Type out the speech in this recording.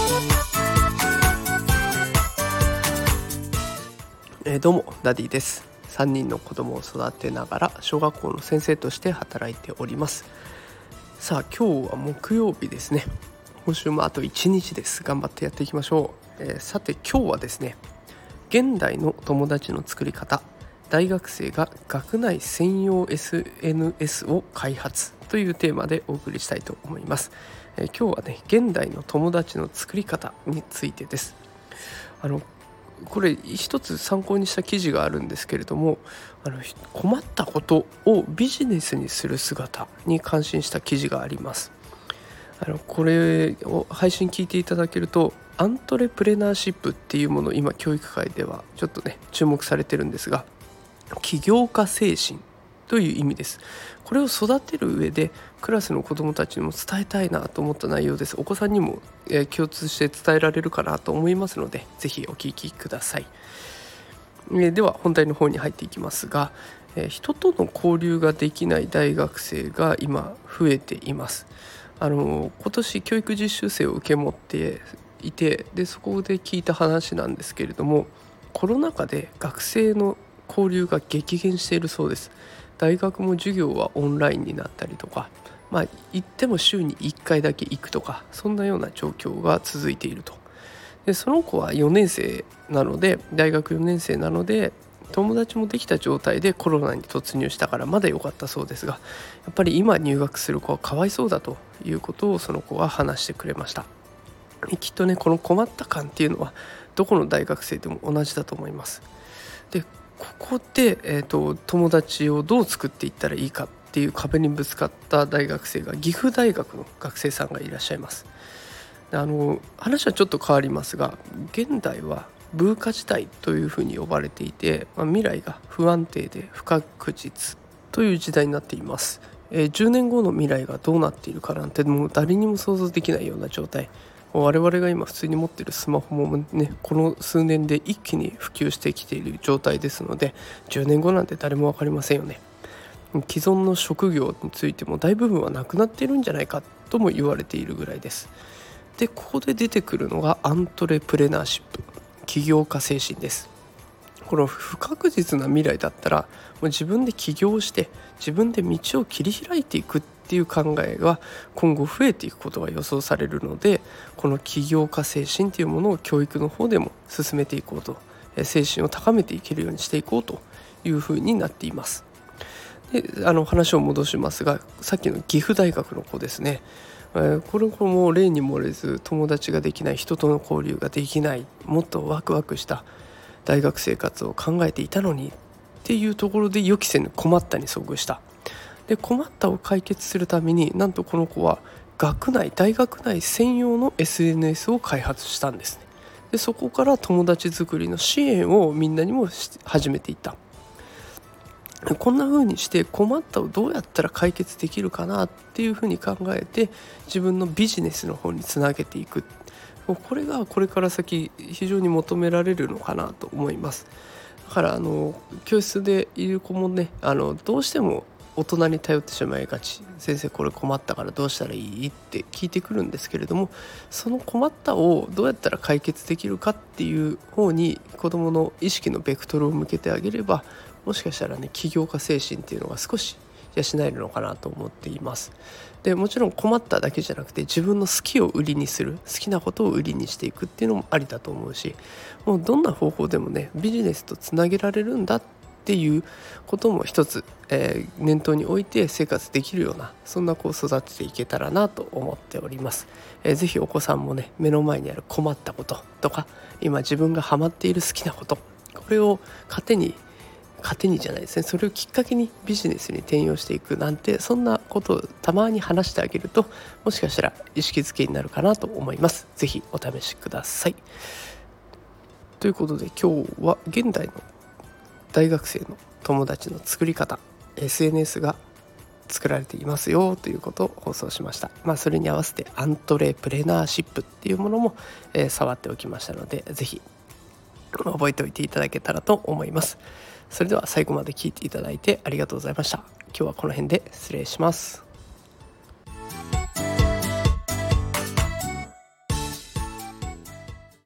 どうもダディです。3人の子供を育てながら小学校の先生として働いております。さあ今日は木曜日ですね。今週もあと1日です。頑張ってやっていきましょう。さて今日はですね、現代の友達の作り方、大学生が学内専用 SNS を開発というテーマでお送りしたいと思います。今日はね、現代の友達の作り方についてです。これ一つ参考にした記事があるんですけれども、困ったことをビジネスにする姿に感心した記事があります。これを配信聞いていただけると、アントレプレナーシップっていうものを今教育界ではちょっとね注目されてるんですが、起業家精神という意味です。これを育てる上でクラスの子どもたちにも伝えたいなと思った内容です。お子さんにも共通して伝えられるかなと思いますので、ぜひお聞きください。では本題の方に入っていきますが、人との交流ができない大学生が今増えています。今年教育実習生を受け持っていて、でそこで聞いた話なんですけれども、コロナ禍で学生の交流が激減しているそうです。大学も授業はオンラインになったりとか、行っても週に1回だけ行くとか、そんなような状況が続いていると。でその子は4年生なので、大学4年生なので友達もできた状態でコロナに突入したからまだ良かったそうですが、やっぱり今入学する子はかわいそうだということをその子は話してくれました。きっとね、この困った感っていうのはどこの大学生でも同じだと思います。でここで、友達をどう作っていったらいいかっていう壁にぶつかった大学生が、岐阜大学の学生さんがいらっしゃいます。話はちょっと変わりますが、現代はブーカ時代というふうに呼ばれていて、未来が不安定で不確実という時代になっています。10年後の未来がどうなっているかなんてもう誰にも想像できないような状態。我々が今普通に持っているスマホもね、この数年で一気に普及してきている状態ですので、10年後なんて誰も分かりませんよね。既存の職業についても大部分はなくなっているんじゃないかとも言われているぐらいです。でここで出てくるのがアントレプレナーシップ、起業家精神です。この不確実な未来だったら、もう自分で起業して自分で道を切り開いていくっていう考えが今後増えていくことが予想されるので、この起業家精神というものを教育の方でも進めていこうと、精神を高めていけるようにしていこうというふうになっています。で話を戻しますが、さっきの岐阜大学の子ですね、これも例に漏れず友達ができない、人との交流ができない、もっとワクワクした大学生活を考えていたのにっていうところで予期せぬ困ったに遭遇した。で困ったを解決するために、なんとこの子は大学内専用の SNS を開発したんですね。でそこから友達作りの支援をみんなにも始めていった。こんな風にして困ったをどうやったら解決できるかなっていう風に考えて、自分のビジネスの方につなげていく。これがこれから先非常に求められるのかなと思います。だから教室でいる子もね、どうしても大人に頼ってしまいがち。先生これ困ったからどうしたらいいって聞いてくるんですけれども、その困ったをどうやったら解決できるかっていう方に子どもの意識のベクトルを向けてあげれば、もしかしたらね、起業家精神っていうのが少し養えるのかなと思っています。でもちろん困っただけじゃなくて、自分の好きを売りにする、好きなことを売りにしていくっていうのもありだと思うし、もうどんな方法でもね、ビジネスとつなげられるんだっていうことも一つ、念頭に置いて生活できるような、そんな子を育てていけたらなと思っております。ぜひお子さんもね、目の前にある困ったこととか、今自分がハマっている好きなこと、これを糧にじゃないですね、それをきっかけにビジネスに転用していくなんて、そんなことをたまに話してあげると、もしかしたら意識づけになるかなと思います。ぜひお試しください。ということで今日は現代の大学生の友達の作り方、 SNS が作られていますよということを放送しました。それに合わせてアントレプレナーシップっていうものも、触っておきましたので、ぜひ覚えておいていただけたらと思います。それでは最後まで聞いていただいてありがとうございました。今日はこの辺で失礼します。